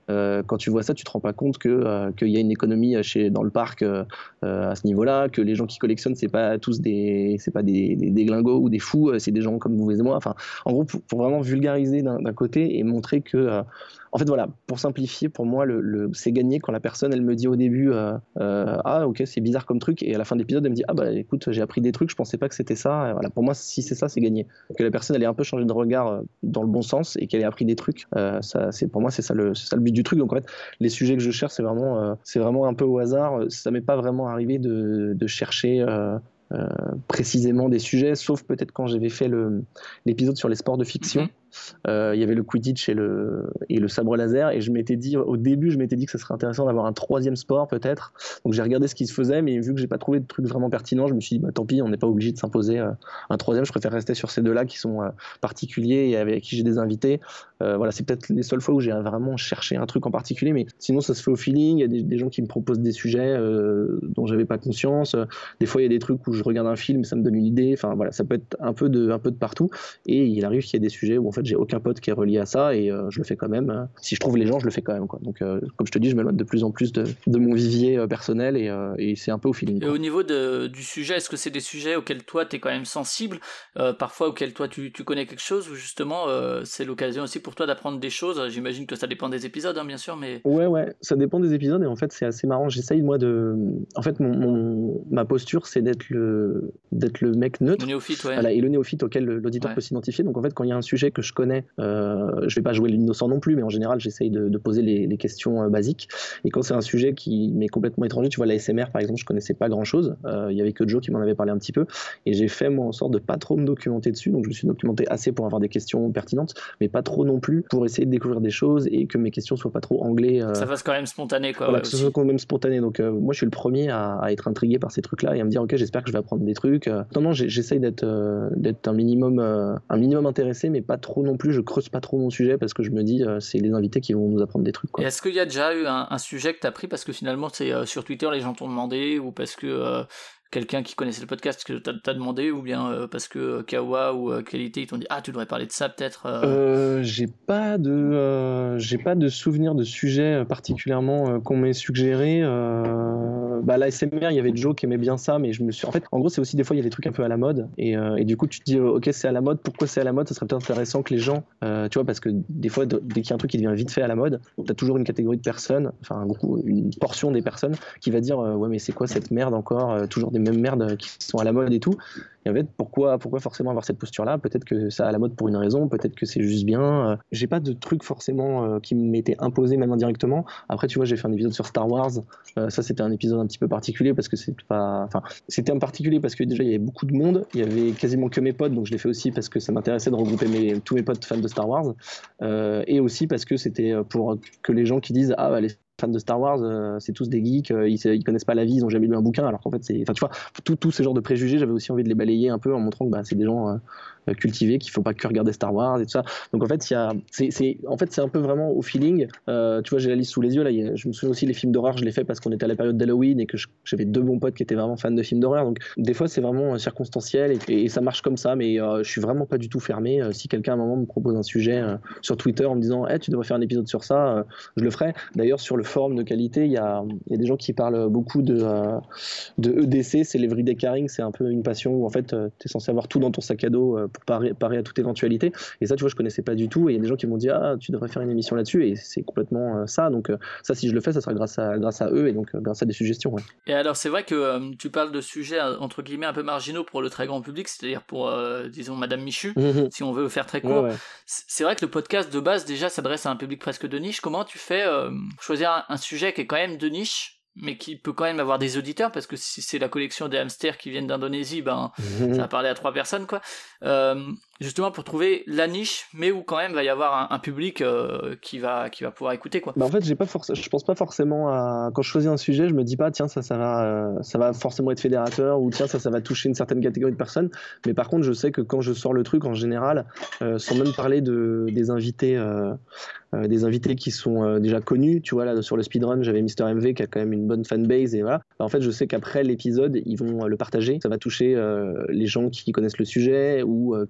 Euh, quand tu vois ça, tu te rends pas compte que euh, qu'il y a une économie chez dans le parc euh, euh, à ce niveau-là, que les gens qui collectionnent c'est pas tous des c'est pas des, des, des glingos ou des fous, c'est des gens comme vous et moi. Enfin, en gros, pour, pour vraiment vulgariser d'un, d'un côté et montrer que euh, en fait, voilà, pour simplifier, pour moi, le, le, c'est gagné quand la personne, elle me dit au début euh, euh, ah, ok, c'est bizarre comme truc, et à la fin de l'épisode, elle me dit ah, bah écoute, j'ai appris des trucs, je pensais pas que c'était ça. Et voilà, pour moi, si c'est ça, c'est gagné. Que la personne, elle ait un peu changé de regard euh, dans le bon sens et qu'elle ait appris des trucs, euh, ça, c'est, pour moi, c'est ça, le, c'est ça le but du truc. Donc en fait, les sujets que je cherche, c'est vraiment, euh, c'est vraiment un peu au hasard. Ça m'est pas vraiment arrivé de, de chercher. Euh, Euh, précisément des sujets, sauf peut-être quand j'avais fait le, l'épisode sur les sports de fiction. Il euh, y avait le Quidditch et le, et le sabre laser, et je m'étais dit, au début, je m'étais dit que ça serait intéressant d'avoir un troisième sport peut-être. Donc j'ai regardé ce qui se faisait, mais vu que j'ai pas trouvé de trucs vraiment pertinents, je me suis dit, bah, tant pis, on n'est pas obligé de s'imposer euh, un troisième. Je préfère rester sur ces deux-là qui sont euh, particuliers et avec qui j'ai des invités. Euh, voilà, c'est peut-être les seules fois où j'ai vraiment cherché un truc en particulier, mais sinon ça se fait au feeling. Il y a des, des gens qui me proposent des sujets euh, dont j'avais pas conscience. Des fois, il y a des trucs où je regarde un film, ça me donne une idée. Enfin voilà, ça peut être un peu de, un peu de partout. Et il arrive qu'il y ait des sujets où en fait j'ai aucun pote qui est relié à ça et euh, je le fais quand même. Si je trouve les gens, je le fais quand même, quoi. Donc euh, comme je te dis, je m'éloigne de plus en plus de, de mon vivier euh, personnel et, euh, et c'est un peu au feeling, quoi. Et au niveau de, du sujet, est-ce que c'est des sujets auxquels toi t'es quand même sensible, euh, parfois auxquels toi tu, tu connais quelque chose, ou justement euh, c'est l'occasion aussi pour toi d'apprendre des choses? J'imagine que ça dépend des épisodes, hein, bien sûr, mais... Ouais, ouais, ça dépend des épisodes et en fait c'est assez marrant. J'essaye moi de... En fait mon, mon... ma posture c'est d'être le, d'être le mec neutre. Le néophyte, ouais. Voilà, et le néophyte auquel l'auditeur ouais. peut s'identifier. Donc en fait quand il y a un sujet que je connais, euh, je vais pas jouer l'innocent non plus, mais en général j'essaye de, de poser les, les questions euh, basiques. Et quand c'est un sujet qui m'est complètement étranger, tu vois la S M R par exemple, je connaissais pas grand chose. Euh, il y avait que Joe qui m'en avait parlé un petit peu et j'ai fait moi en sorte de pas trop me documenter dessus. Donc je me suis documenté assez pour avoir des questions pertinentes, mais pas trop non plus pour essayer de découvrir des choses et que mes questions soient pas trop anglais. Euh... Ça fasse quand même spontané, quoi. Voilà, ouais, que ce soit quand même spontané. Donc euh, moi je suis le premier à, à être intrigué par ces trucs-là et à me dire ok, j'espère que je vais apprendre des trucs. Euh, non non, j'essaye d'être euh, d'être un minimum euh, un minimum intéressé, mais pas trop non plus. Je creuse pas trop mon sujet parce que je me dis euh, c'est les invités qui vont nous apprendre des trucs, quoi. Et est-ce qu'il y a déjà eu un, un sujet que t'as pris parce que finalement c'est euh, sur Twitter les gens t'ont demandé, ou parce que euh, quelqu'un qui connaissait le podcast que t'as, t'as demandé, ou bien euh, parce que euh, Kawa ou euh, Qualité ils t'ont dit ah tu devrais parler de ça peut-être euh... Euh, j'ai pas de euh, j'ai pas de souvenir de sujet particulièrement euh, qu'on m'ait suggéré. Euh, bah la S M R il y avait Joe qui aimait bien ça, mais je me suis en fait en gros c'est aussi des fois il y a des trucs un peu à la mode et, euh, et du coup tu te dis euh, ok c'est à la mode, pourquoi c'est à la mode, ça serait peut-être intéressant que les gens euh, tu vois, parce que des fois de, dès qu'il y a un truc qui devient vite fait à la mode, t'as toujours une catégorie de personnes, enfin un groupe, une portion des personnes qui va dire euh, ouais mais c'est quoi cette merde encore, euh, toujours des mêmes merdes qui sont à la mode et tout. Et en fait, pourquoi, pourquoi forcément avoir cette posture-là? Peut-être que ça a la mode pour une raison, peut-être que c'est juste bien. Euh, j'ai pas de truc forcément euh, qui m'était imposé même indirectement. Après, tu vois, j'ai fait un épisode sur Star Wars. Euh, ça, c'était un épisode un petit peu particulier parce que c'est pas, enfin, c'était un particulier parce que déjà il y avait beaucoup de monde. Il y avait quasiment que mes potes, donc je l'ai fait aussi parce que ça m'intéressait de regrouper mes, tous mes potes fans de Star Wars, euh, et aussi parce que c'était pour que les gens qui disent ah bah, les fans de Star Wars, euh, c'est tous des geeks, euh, ils, ils connaissent pas la vie, ils ont jamais lu un bouquin, alors qu'en fait c'est, enfin tu vois, tous tout ces genres de préjugés, j'avais aussi envie de les balayer un peu en montrant que bah, c'est des gens euh, cultivés, qu'il faut pas que regarder Star Wars et tout ça. Donc en fait il y a, c'est, c'est, en fait c'est un peu vraiment au feeling. Euh, tu vois, j'ai la liste sous les yeux là. Y a, je me souviens aussi les films d'horreur, je l'ai fait parce qu'on était à la période d'Halloween et que je, j'avais deux bons potes qui étaient vraiment fans de films d'horreur. Donc des fois c'est vraiment circonstanciel et, et ça marche comme ça, mais euh, je suis vraiment pas du tout fermé. Euh, si quelqu'un à un moment me propose un sujet euh, sur Twitter en me disant hey, tu devrais faire un épisode sur ça, euh, je le ferai. D'ailleurs sur le forum de Qualité, il y a, y a des gens qui parlent beaucoup de, euh, de E D C, c'est l'Everyday Carrying, c'est un peu une passion où en fait euh, tu es censé avoir tout dans ton sac à dos euh, pour parer, parer à toute éventualité. Et ça, tu vois, je connaissais pas du tout. Et il y a des gens qui m'ont dit ah, tu devrais faire une émission là-dessus. Et c'est complètement euh, ça. Donc euh, ça, si je le fais, ça sera grâce à, grâce à eux et donc euh, grâce à des suggestions. Ouais. Et alors, c'est vrai que euh, tu parles de sujets entre guillemets un peu marginaux pour le très grand public, c'est-à-dire pour, euh, disons, Madame Michu, mmh. si on veut faire très court. Ouais, ouais. C'est vrai que le podcast de base déjà s'adresse à un public presque de niche. Comment tu fais euh, choisir un, un sujet qui est quand même de niche, mais qui peut quand même avoir des auditeurs, parce que si c'est la collection des hamsters qui viennent d'Indonésie, ben mmh. ça va parler à trois personnes, quoi. Euh, justement pour trouver la niche, mais où quand même va y avoir un, un public euh, qui va qui va pouvoir écouter, quoi. Bah en fait, j'ai pas forc- je pense pas forcément à, quand je choisis un sujet, je me dis pas tiens ça ça va euh, ça va forcément être fédérateur, ou tiens ça ça va toucher une certaine catégorie de personnes. Mais par contre, je sais que quand je sors le truc en général, euh, sans même parler de des invités. Euh, Euh, des invités qui sont euh, déjà connus, tu vois, là sur le speedrun j'avais Mister M V qui a quand même une bonne fanbase et voilà. En fait je sais qu'après l'épisode ils vont euh, le partager, ça va toucher euh, les gens qui connaissent le sujet ou euh, qui vont le tweeter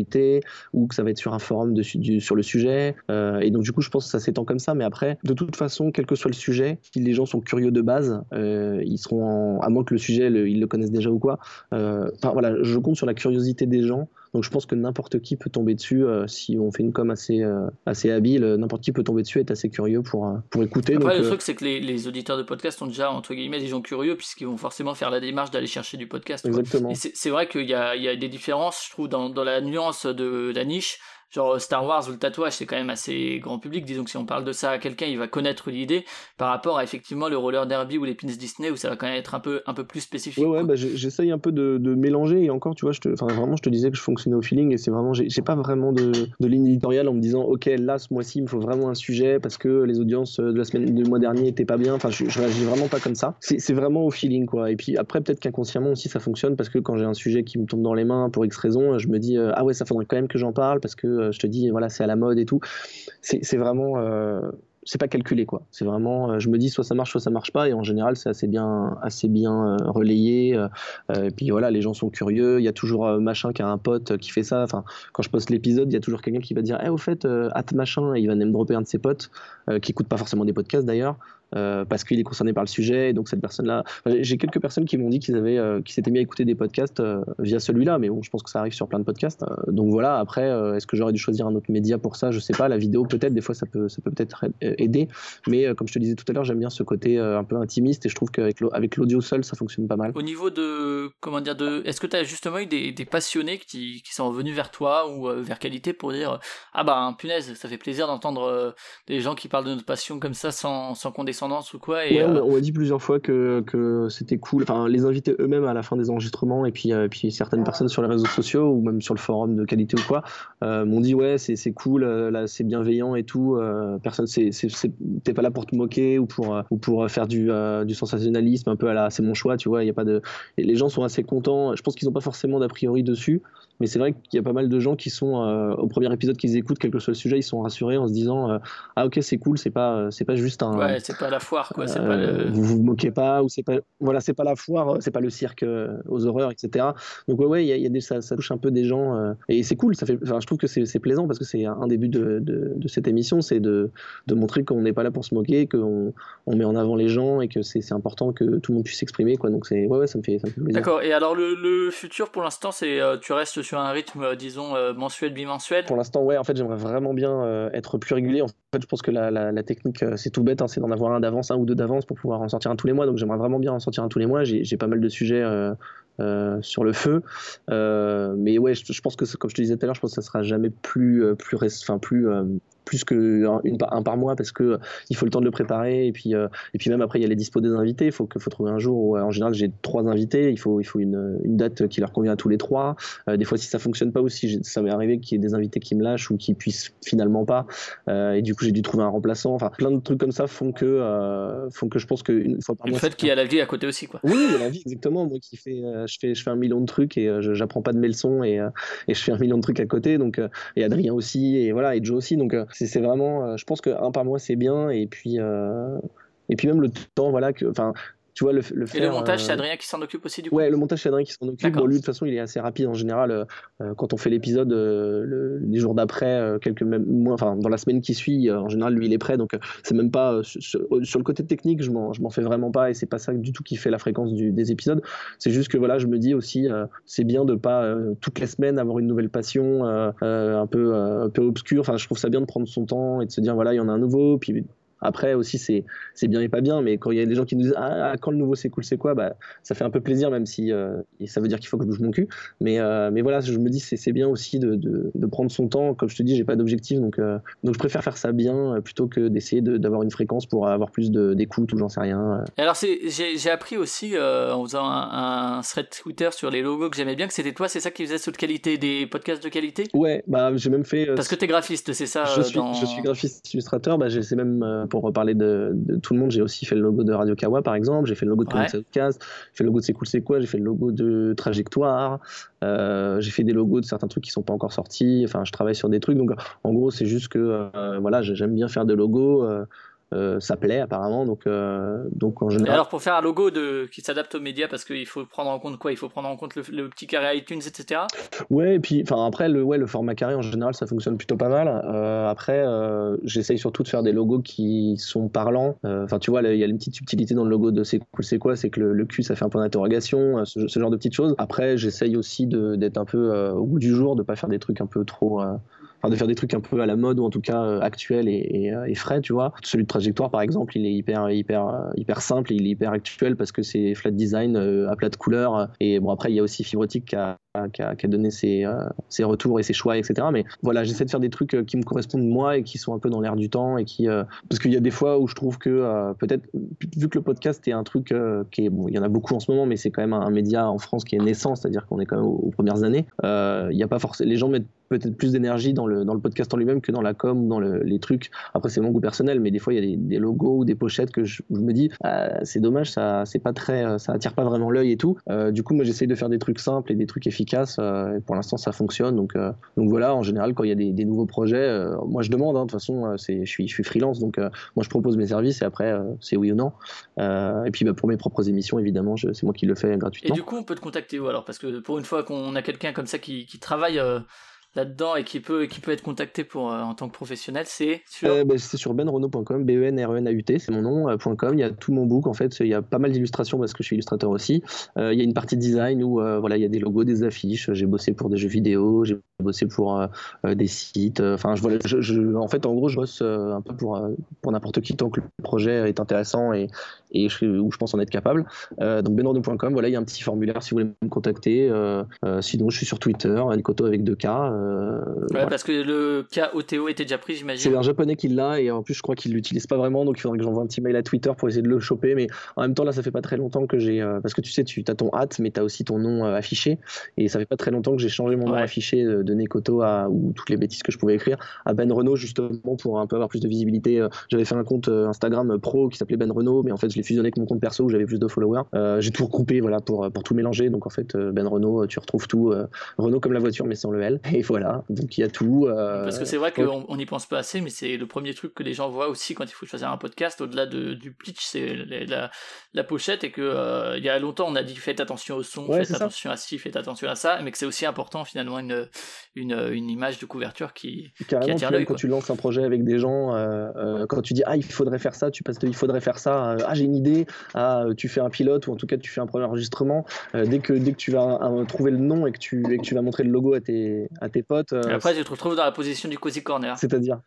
d'actualité ou que ça va être sur un forum de, du, sur le sujet. Euh, et donc du coup, je pense que ça s'étend comme ça. Mais après, de toute façon, quel que soit le sujet, si les gens sont curieux de base, euh, ils seront, en, à moins que le sujet, le, ils le connaissent déjà ou quoi. Euh, enfin voilà, je compte sur la curiosité des gens. Donc je pense que n'importe qui peut tomber dessus euh, si on fait une com assez, euh, assez habile. N'importe qui peut tomber dessus et être assez curieux pour, euh, pour écouter. Après, donc, le euh... truc, c'est que les, les auditeurs de podcast sont déjà, entre guillemets, des gens curieux, puisqu'ils vont forcément faire la démarche d'aller chercher du podcast. Quoi. Exactement. Et c'est, c'est vrai qu'il y a, il y a des différences, je trouve, dans, dans la nuance de la niche. Genre Star Wars ou le tatouage, c'est quand même assez grand public. Disons que si on parle de ça à quelqu'un, il va connaître l'idée par rapport à effectivement le roller derby ou les pins Disney où ça va quand même être un peu, un peu plus spécifique. Ouais, ouais, bah, j'essaye un peu de, de mélanger et encore, tu vois, je te, enfin, vraiment, je te disais que je fonctionnais au feeling et c'est vraiment, j'ai, j'ai pas vraiment de, de ligne éditoriale en me disant, ok, là, ce mois-ci, il me faut vraiment un sujet parce que les audiences de la semaine, du mois dernier étaient pas bien. Enfin, je, je réagis vraiment pas comme ça. C'est, c'est vraiment au feeling, quoi. Et puis après, peut-être qu'inconsciemment aussi, ça fonctionne parce que quand j'ai un sujet qui me tombe dans les mains pour X raison, je me dis, euh, ah ouais, ça faudrait quand même que j'en parle parce que euh, je te dis, voilà, c'est à la mode et tout. C'est, c'est vraiment, euh, c'est pas calculé, quoi. C'est vraiment, euh, je me dis soit ça marche, soit ça marche pas, et en général, c'est assez bien, assez bien euh, relayé. Euh, et puis voilà, les gens sont curieux. Il y a toujours euh, machin qui a un pote qui fait ça. Enfin, quand je poste l'épisode, il y a toujours quelqu'un qui va dire, eh, au fait, euh, hâte machin, et il va name dropper un de ses potes euh, qui écoute pas forcément des podcasts d'ailleurs. Euh, parce qu'il est concerné par le sujet, et donc cette personne-là. Enfin, j'ai quelques personnes qui m'ont dit qu'ils avaient, euh, qu'ils s'étaient mis à écouter des podcasts euh, via celui-là, mais bon, je pense que ça arrive sur plein de podcasts. Euh, donc voilà. Après, euh, est-ce que j'aurais dû choisir un autre média pour ça ? Je sais pas. La vidéo, peut-être. Des fois, ça peut, ça peut peut-être aider. Mais euh, comme je te disais tout à l'heure, j'aime bien ce côté euh, un peu intimiste, et je trouve qu'avec avec l'audio seul, ça fonctionne pas mal. Au niveau de, comment dire, de, est-ce que tu as justement eu des, des passionnés qui, qui sont venus vers toi ou euh, vers Qualité pour dire, ah bah punaise, ça fait plaisir d'entendre euh, des gens qui parlent de notre passion comme ça sans, sans condescendance ou quoi. Et Ouais, on m'a dit plusieurs fois que, que c'était cool. Enfin, les invités eux-mêmes à la fin des enregistrements, et puis, euh, puis certaines personnes sur les réseaux sociaux ou même sur le forum de Qualité ou quoi, euh, m'ont dit ouais, c'est, c'est cool, euh, là, c'est bienveillant et tout. Euh, personne, c'est, c'est, c'est, t'es pas là pour te moquer ou pour, euh, ou pour faire du, euh, du sensationnalisme un peu à la, c'est mon choix, tu vois. Il y a pas de, et les gens sont assez contents. Je pense qu'ils n'ont pas forcément d'a priori dessus. Mais c'est vrai qu'il y a pas mal de gens qui sont euh, au premier épisode qu'ils écoutent, quel que soit le sujet, ils sont rassurés en se disant euh, ah ok, c'est cool, c'est pas c'est pas juste un ouais, c'est pas la foire quoi, c'est euh, pas le... vous vous moquez pas, ou c'est pas voilà, c'est pas la foire, c'est pas le cirque euh, aux horreurs, et cetera. Donc ouais ouais, il y a, y a des, ça, ça touche un peu des gens euh, et c'est cool, ça fait, enfin je trouve que c'est, c'est plaisant parce que c'est un début de, de, de cette émission, c'est de, de montrer qu'on n'est pas là pour se moquer, qu'on on met en avant les gens et que c'est, c'est important que tout le monde puisse s'exprimer, quoi. Donc c'est ouais ouais, ça me fait ça me fait plaisir. D'accord. Et alors le, le futur pour l'instant, c'est euh, tu restes sur un rythme euh, disons euh, mensuel, bimensuel? Pour l'instant, ouais, en fait, j'aimerais vraiment bien euh, être plus régulier. En fait, je pense que la, la, la technique, euh, c'est tout bête, hein, c'est d'en avoir un d'avance, un ou deux d'avance pour pouvoir en sortir un tous les mois. Donc, j'aimerais vraiment bien en sortir un tous les mois. J'ai, j'ai pas mal de sujets euh, euh, sur le feu. Euh, mais ouais, je, je pense que, comme je te disais tout à l'heure, je pense que ça sera jamais plus, euh, plus, enfin, plus, euh, plus que un, une, un par mois parce que euh, il faut le temps de le préparer. Et puis, euh, et puis même après, il y a les dispos des invités. Il faut, que, faut trouver un jour où, en général, j'ai trois invités. Il faut, il faut une, une date qui leur convient à tous les trois. Euh, des fois, si ça fonctionne pas aussi, ça m'est arrivé qu'il y ait des invités qui me lâchent ou qui puissent finalement pas. Euh, et du coup, j'ai dû trouver un remplaçant. Enfin, plein de trucs comme ça font que, euh, font que je pense qu'une fois par mois. Le fait qu'il y a la vie à côté aussi, quoi. Oui, il y a la vie, exactement. Moi qui fais, euh, je fais, je fais un million de trucs et euh, je, j'apprends pas de mes leçons et, euh, et je fais un million de trucs à côté. Donc, euh, et Adrien aussi, et voilà, et Joe aussi. Donc, euh, c'est, c'est vraiment, euh, je pense qu'un par mois c'est bien. Et puis, euh, et puis même le temps, voilà, que, enfin. Tu vois, le, le faire, et le montage, euh... c'est Adrien qui s'en occupe aussi du coup. Ouais, le montage, c'est Adrien qui s'en occupe. Bon, lui, de toute façon, il est assez rapide en général. Euh, quand on fait l'épisode, euh, le, les jours d'après, euh, quelques même mois, enfin dans la semaine qui suit, euh, en général, lui, il est prêt. Donc, euh, c'est même pas euh, sur, sur le côté technique, je m'en, je m'en fais vraiment pas, et c'est pas ça du tout qui fait la fréquence du, des épisodes. C'est juste que voilà, je me dis aussi, euh, c'est bien de pas euh, toutes les semaines avoir une nouvelle passion, euh, euh, un peu, euh, un peu obscure. Enfin, je trouve ça bien de prendre son temps et de se dire voilà, il y en a un nouveau, puis. Après aussi c'est c'est bien et pas bien, mais quand il y a des gens qui nous disent ah quand le nouveau c'est cool c'est quoi, bah ça fait un peu plaisir, même si euh, ça veut dire qu'il faut que je bouge mon cul, mais euh, mais voilà, je me dis c'est c'est bien aussi de, de de prendre son temps. Comme je te dis, j'ai pas d'objectif, donc euh, donc je préfère faire ça bien euh, plutôt que d'essayer de, d'avoir une fréquence pour avoir plus de d'écoute ou j'en sais rien. Et alors c'est j'ai j'ai appris aussi euh, en faisant un, un thread Twitter sur les logos que j'aimais bien que c'était toi, c'est ça qui faisait cette qualité des podcasts de qualité. Ouais, bah j'ai même fait euh, parce que t'es graphiste, c'est ça. Je euh, suis dans... je suis graphiste illustrateur, bah j'ai c'est même euh, pour reparler de, de tout le monde, j'ai aussi fait le logo de Radio Kawa par exemple, j'ai fait le logo de Comics Outcast, j'ai fait le logo de C'est cool c'est quoi, j'ai fait le logo de Trajectoire, euh, j'ai fait des logos de certains trucs qui sont pas encore sortis, enfin je travaille sur des trucs, donc en gros c'est juste que euh, voilà, j'aime bien faire des logos, euh, euh, ça plaît apparemment, donc euh, donc en général. Et alors pour faire un logo de qui s'adapte aux médias, parce qu'il faut prendre en compte quoi? Il faut prendre en compte le, le petit carré iTunes, et cetera. Ouais, et puis enfin après le ouais le format carré en général ça fonctionne plutôt pas mal. Euh, après euh, j'essaye surtout de faire des logos qui sont parlants. Enfin euh, tu vois, il y a une petite subtilité dans le logo de C'est cool c'est quoi, c'est que le, le cul ça fait un point d'interrogation, ce, ce genre de petites choses. Après j'essaye aussi de, d'être un peu euh, au goût du jour, de pas faire des trucs un peu trop euh, Enfin, de faire des trucs un peu à la mode ou en tout cas euh, actuels et, et, euh, et frais, tu vois. Celui de Trajectoire, par exemple, il est hyper, hyper, euh, hyper simple et il est hyper actuel parce que c'est flat design euh, à plat de couleurs. Et bon, après, il y a aussi Fibrotique qui a, qui a, qui a donné ses, euh, ses retours et ses choix, et cetera. Mais voilà, j'essaie de faire des trucs qui me correspondent moi et qui sont un peu dans l'air du temps et qui, euh, parce qu'il y a des fois où je trouve que euh, peut-être, vu que le podcast est un truc euh, qui est, bon, il y en a beaucoup en ce moment, mais c'est quand même un, un média en France qui est naissant, c'est-à-dire qu'on est quand même aux, aux premières années. Euh, il y a pas forcément, les gens mettent peut-être plus d'énergie dans le, dans le podcast en lui-même que dans la com ou dans le, les trucs. Après, c'est mon goût personnel, mais des fois, il y a des, des logos ou des pochettes que je, je me dis, ah, c'est dommage, ça, c'est pas très, ça attire pas vraiment l'œil et tout. Euh, du coup, moi, j'essaye de faire des trucs simples et des trucs efficaces. Euh, et pour l'instant, ça fonctionne. Donc, euh, donc voilà, en général, quand il y a des, des nouveaux projets, euh, moi, je demande. Hein, de toute façon, c'est, je suis, je suis freelance, donc euh, moi, je propose mes services et après, euh, c'est oui ou non. Euh, et puis, bah, pour mes propres émissions, évidemment, je, c'est moi qui le fais gratuitement. Et du coup, on peut te contacter où alors? Parce que pour une fois qu'on a quelqu'un comme ça qui, qui travaille. Euh... là-dedans et qui peut, qui peut être contacté pour, euh, en tant que professionnel, c'est sur... Euh, bah, c'est sur ben renaud point com, B E N R E N A U T, c'est mon nom, euh, .com. Il y a tout mon book, en fait, il y a pas mal d'illustrations parce que je suis illustrateur aussi. Euh, il y a une partie design où euh, voilà, il y a des logos, des affiches, j'ai bossé pour des jeux vidéo, j'ai bossé pour euh, euh, des sites, enfin, je, voilà, je, je, en fait, en gros, je bosse euh, un peu pour, euh, pour n'importe qui tant que le projet est intéressant et, et je, où je pense en être capable. Euh, donc ben renaud point com, voilà, il y a un petit formulaire si vous voulez me contacter. Euh, euh, sinon, je suis sur Twitter, Nikoto avec deux K. Euh, ouais, voilà. Parce que le K O T O était déjà pris, j'imagine. C'est un japonais qui l'a et en plus, je crois qu'il l'utilise pas vraiment, donc il faudrait que j'envoie un petit mail à Twitter pour essayer de le choper. Mais en même temps, là, ça fait pas très longtemps que j'ai. Euh, parce que tu sais, tu as ton hâte, mais tu as aussi ton nom euh, affiché. Et ça fait pas très longtemps que j'ai changé mon ouais. nom affiché de, de Nikoto à, ou toutes les bêtises que je pouvais écrire à Ben Renaud, justement, pour un peu avoir plus de visibilité. Euh, j'avais fait un compte euh, Instagram pro qui s'appelait Ben Renaud, mais en fait, je l'ai fusionné avec mon compte perso où j'avais plus de followers. Euh, j'ai tout regroupé voilà, pour, pour tout mélanger. Donc en fait, euh, Ben Renaud, tu retrouves tout. Euh, Renaud comme la voiture, mais sans le L. Et voilà. Donc il y a tout. Euh, Parce que c'est vrai qu'on n'y pense pas assez, mais c'est le premier truc que les gens voient aussi quand il faut choisir un podcast, au-delà de, du pitch, c'est la, la pochette, et que euh, il y a longtemps on a dit faites attention au son, ouais, faites attention ça. à ci, faites attention à ça, mais que c'est aussi important finalement une, une, une image de couverture qui, Carrément, qui attire l'œil. Quand tu lances un projet avec des gens, euh, euh, quand tu dis ah il faudrait faire ça, tu passes de il faudrait faire ça, euh, ah j'ai une idée, ah tu fais un pilote ou en tout cas tu fais un premier enregistrement, euh, dès que dès que tu vas euh, trouver le nom et que tu et que tu vas montrer le logo à tes à tes potes. Euh, et après je te retrouve dans la position du Cozy Corner. C'est-à-dire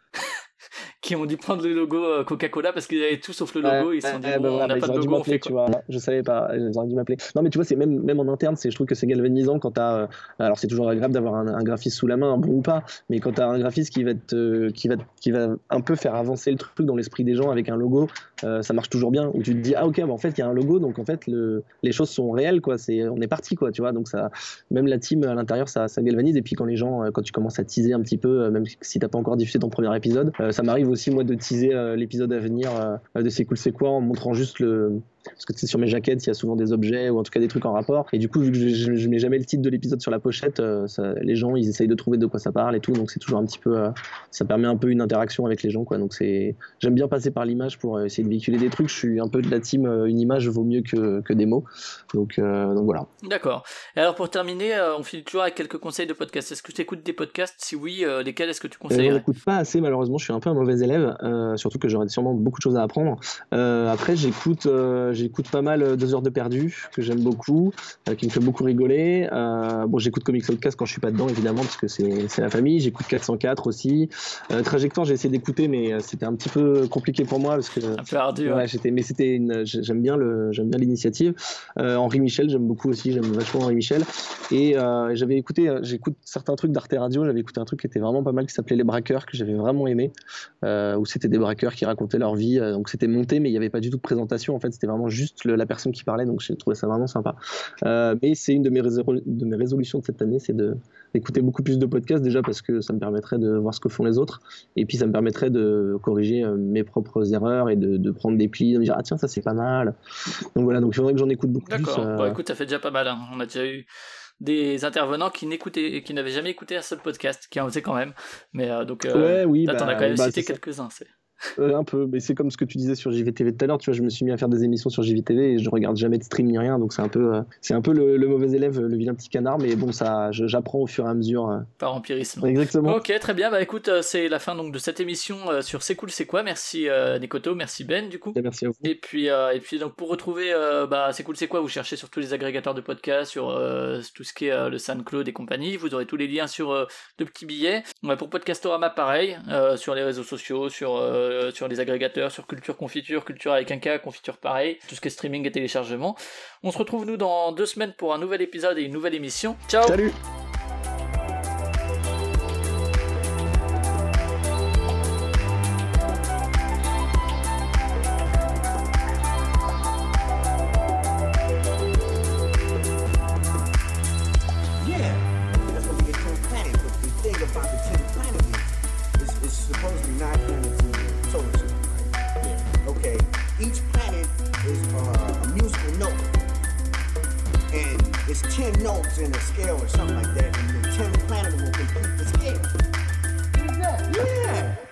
qui ont dû prendre le logo euh, Coca-Cola parce qu'ils avaient tout sauf le logo, euh, ils se sont dit euh, bon, bah, voilà, on n'a bah, pas de logo, logo, on fait quoi. Tu vois, je savais pas, ils auraient dû m'appeler. Non mais tu vois, c'est même même en interne, c'est je trouve que c'est galvanisant quand t'as, euh, alors c'est toujours agréable d'avoir un, un graphiste sous la main, bon ou pas, mais quand t'as un graphiste qui va te, euh, qui va qui va un peu faire avancer le truc dans l'esprit des gens avec un logo, euh, ça marche toujours bien. Où tu te dis ah ok, bah, en fait il y a un logo, donc en fait le, les choses sont réelles quoi, c'est on est parti quoi, tu vois, donc ça, même la team à l'intérieur ça, ça galvanise. Et puis quand les gens, quand tu commences à teaser un petit peu, même si t'as pas encore diffusé ton premier épisode, euh, ça m'arrive aussi moi de teaser euh, l'épisode à venir de C'est cool c'est quoi en montrant juste le, parce que tu sais, sur mes jaquettes il y a souvent des objets ou en tout cas des trucs en rapport, et du coup vu que je, je, je mets jamais le titre de l'épisode sur la pochette, euh, ça, les gens ils essayent de trouver de quoi ça parle et tout, donc c'est toujours un petit peu euh, ça permet un peu une interaction avec les gens quoi, donc c'est, j'aime bien passer par l'image pour euh, essayer de véhiculer des trucs. Je suis un peu de la team euh, une image vaut mieux que, que des mots, donc, euh, donc voilà. D'accord. Et alors pour terminer, euh, on finit toujours avec quelques conseils de podcasts. Est-ce que tu écoutes des podcasts? Si oui, euh, lesquels est-ce que tu conseilles? euh, J'écoute pas assez malheureusement, je suis un peu un mauvais élève, euh, surtout que j'aurais sûrement beaucoup de choses à apprendre. Euh, après j'écoute euh, j'écoute pas mal Deux heures de perdu que j'aime beaucoup, euh, qui me fait beaucoup rigoler. Euh, bon, j'écoute Comics Outcast quand je suis pas dedans évidemment parce que c'est c'est la famille. J'écoute quatre cent quatre aussi. Euh, Trajectoire j'ai essayé d'écouter mais c'était un petit peu compliqué pour moi parce que un peu ardu. Ouais, ouais. j'étais mais c'était une, j'aime bien le j'aime bien l'initiative. Euh, Henri Michel j'aime beaucoup aussi, j'aime vachement Henri Michel. Et euh, j'avais écouté, j'écoute certains trucs d'Arte Radio. J'avais écouté un truc qui était vraiment pas mal qui s'appelait Les Braqueurs que j'avais vraiment aimé, euh, où c'était des braqueurs qui racontaient leur vie. Euh, donc c'était monté mais il y avait pas du tout de présentation. En fait c'était vraiment juste le, la personne qui parlait, donc j'ai trouvé ça vraiment sympa. Euh, mais c'est une de mes, résolu- de mes résolutions de cette année, c'est de, d'écouter beaucoup plus de podcasts, déjà parce que ça me permettrait de voir ce que font les autres, et puis ça me permettrait de corriger euh, mes propres erreurs et de, de prendre des plis, de me dire ah tiens ça c'est pas mal. Donc voilà, donc il faudrait que j'en écoute beaucoup. D'accord. plus. Euh... Bon écoute, ça fait déjà pas mal, hein. On a déjà eu des intervenants qui n'écoutaient, qui n'avaient jamais écouté un seul podcast, qui en faisaient quand même. Mais euh, donc euh, ouais, oui, là, bah, t'en as quand même bah, cité quelques-uns. C'est... Euh, un peu, mais c'est comme ce que tu disais sur J V T V tout à l'heure, tu vois, je me suis mis à faire des émissions sur J V T V et je regarde jamais de stream ni rien, donc c'est un peu, euh, c'est un peu le, le mauvais élève, le vilain petit canard, mais bon, ça, je, j'apprends au fur et à mesure. Euh... Par empirisme. Exactement. Ok, très bien, bah écoute, euh, c'est la fin donc de cette émission euh, sur C'est cool, c'est quoi. Merci euh, Nekoto, merci Ben du coup. Et merci à vous. Et puis, euh, et puis donc pour retrouver euh, bah, C'est cool, c'est quoi, vous cherchez sur tous les agrégateurs de podcasts, sur euh, tout ce qui est euh, le SoundCloud et compagnie, vous aurez tous les liens sur euh, de petits billets. Ouais, pour Podcastorama, pareil, euh, sur les réseaux sociaux, sur, euh, sur les agrégateurs, sur Culture Confiture, Culture avec un K, Confiture pareil, tout ce qui est streaming et téléchargement. On se retrouve nous dans deux semaines pour un nouvel épisode et une nouvelle émission. Ciao. Salut. Each planet is uh, a musical note, and it's ten notes in a scale or something like that, and the tenth planet will complete the scale. What's that? Yeah.